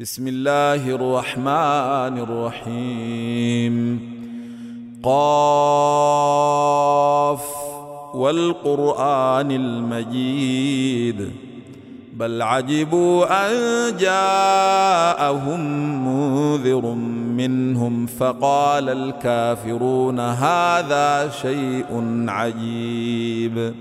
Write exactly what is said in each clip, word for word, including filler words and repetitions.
بسم الله الرحمن الرحيم. قاف والقرآن المجيد بل عجبوا أن جاءهم منذر منهم فقال الكافرون هذا شيء عجيب.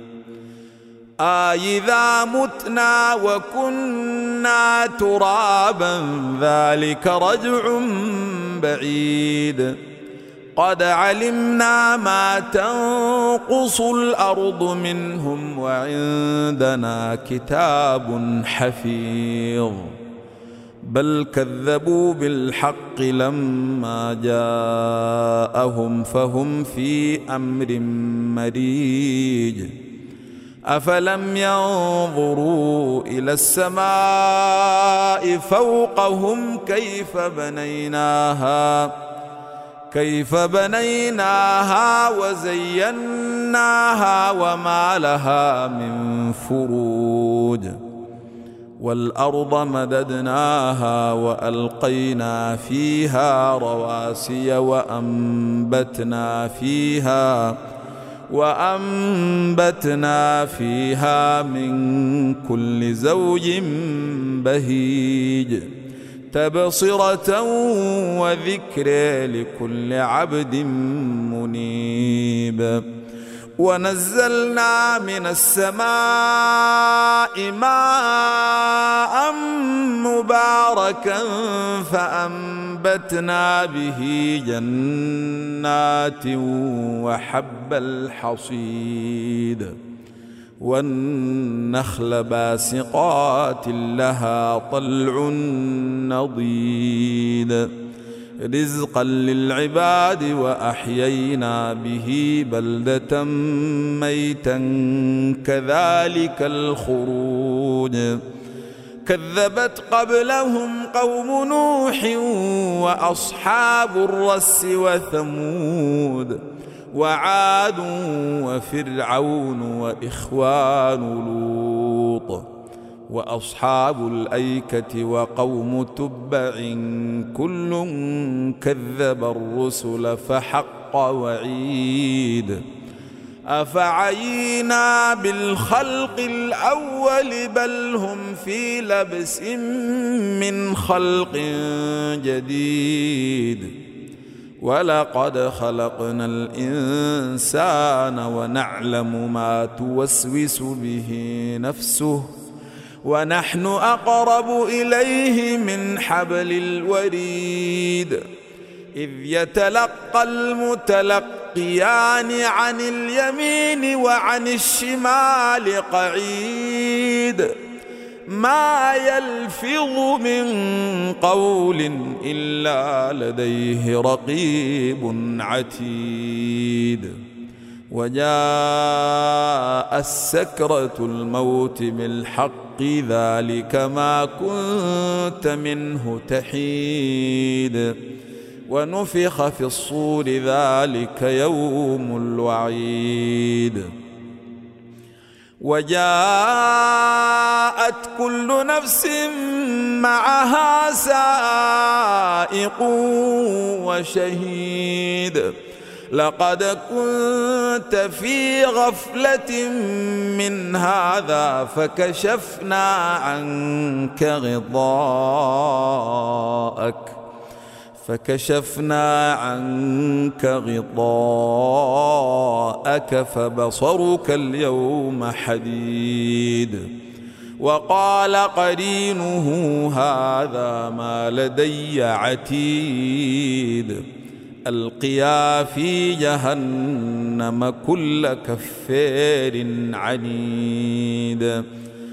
أإذا متنا وكنا ترابا ذلك رجع بعيد. قد علمنا ما تنقص الأرض منهم وعندنا كتاب حفيظ. بل كذبوا بالحق لما جاءهم فهم في أمر مريج. أفلم ينظروا إلى السماء فوقهم كيف بنيناها كيف بنيناها وزيناها وما لها من فروج. والأرض مددناها وألقينا فيها رواسي وأنبتنا فيها وأنبتنا فيها من كل زوج بهيج تبصرة وذكر لكل عبد منيب. ونزلنا من السماء ماء مباركا فأنبتنا به جنات وحب الحصيد والنخل باسقات لها طلع نضيد رزقا للعباد وأحيينا به بلدة ميتا كذلك الخروج. كذبت قبلهم قوم نوح وأصحاب الرس وثمود وعاد وفرعون وإخوان لوط وأصحاب الأيكة وقوم تبع كل كذب الرسل فحق وعيد. أفعينا بالخلق الأول بل هم في لبس من خلق جديد. ولقد خلقنا الإنسان ونعلم ما توسوس به نفسه ونحن أقرب إليه من حبل الوريد. إذ يتلقى المتلقيان عن اليمين وعن الشمال قعيد. ما يلفظ من قول إلا لديه رقيب عتيد. وجاء السكرة الموت بالحق ذلك ما كنت منه تحيد. ونفخ في الصور ذلك يوم الوعيد. وجاءت كل نفس معها سائق وشهيد. لقد كنت في غفلة من هذا فكشفنا عنك غطاءك فكشفنا عنك غطاءك فبصرك اليوم حديد. وقال قرينه هذا ما لدي عتيد. ألقيا في جهنم كل كفار عنيد.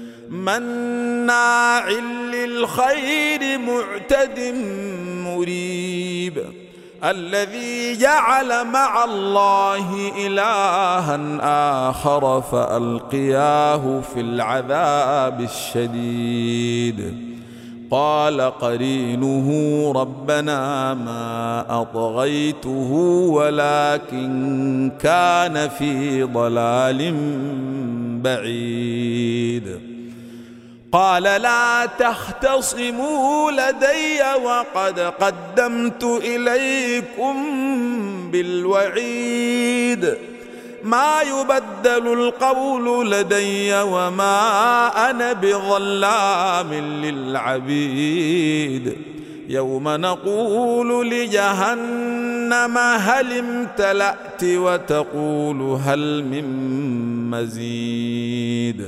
مناع للخير معتد مريب. الذي جعل مع الله إلها آخر فألقياه في العذاب الشديد. قال قرينه ربنا ما أطغيته ولكن كان في ضلال بعيد. قال لا تختصموا لدي وقد قدمت إليكم بالوعيد ما يبدل القول لدي وما أنا بظلام للعبيد يوم نقول لجهنم هل امتلأت وتقول هل من مزيد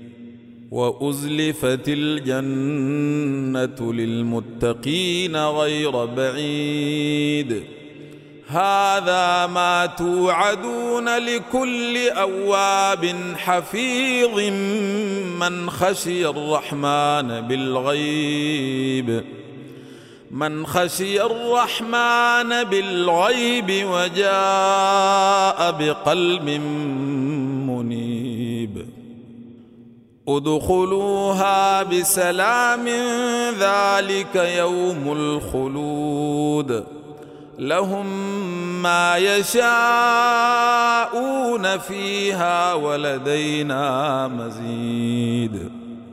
وأزلفت الجنة للمتقين غير بعيد هذا ما توعدون لكل أواب حفيظ من خشي الرحمن بالغيب من خشي الرحمن بالغيب وجاء بقلب منيب ادخلوها بسلام ذلك يوم الخلود لهم ما يشاءون فيها ولدينا مزيد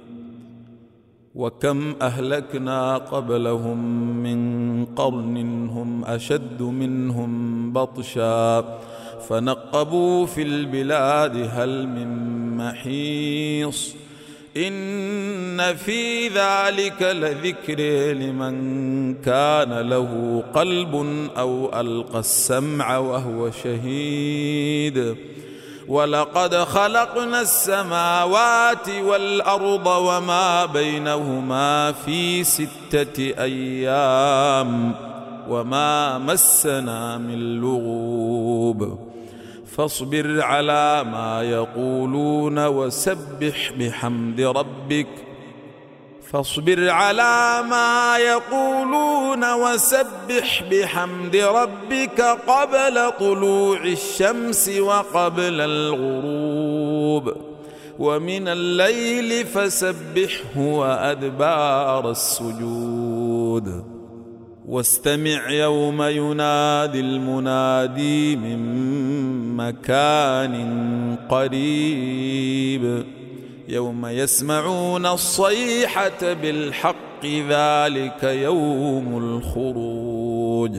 وكم أهلكنا قبلهم من قرن هم أشد منهم بطشا فنقبوا في البلاد هل من محيص إن في ذلك لذكر لمن كان له قلب أو ألقى السمع وهو شهيد ولقد خلقنا السماوات والأرض وما بينهما في ستة أيام وما مسنا من لغوب فاصبر على ما يقولون وسبح بحمد ربك فاصبر على ما يقولون وسبح بحمد ربك قبل طلوع الشمس وقبل الغروب ومن الليل فسبحه وأدبار السجود واستمع يوم ينادي المنادي من مكان قريب يوم يسمعون الصيحة بالحق ذلك يوم الخروج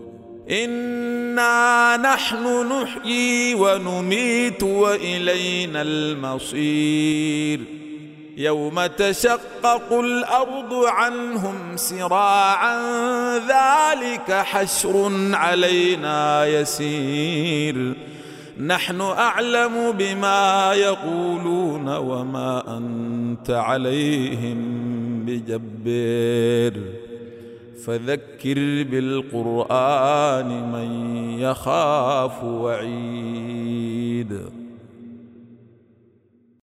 إنا نحن نحيي ونميت وإلينا المصير يوم تشقق الأرض عنهم سراعا ذلك حشر علينا يسير نحن أعلم بما يقولون وما أنت عليهم بجبار فذكر بالقرآن من يخاف وعيد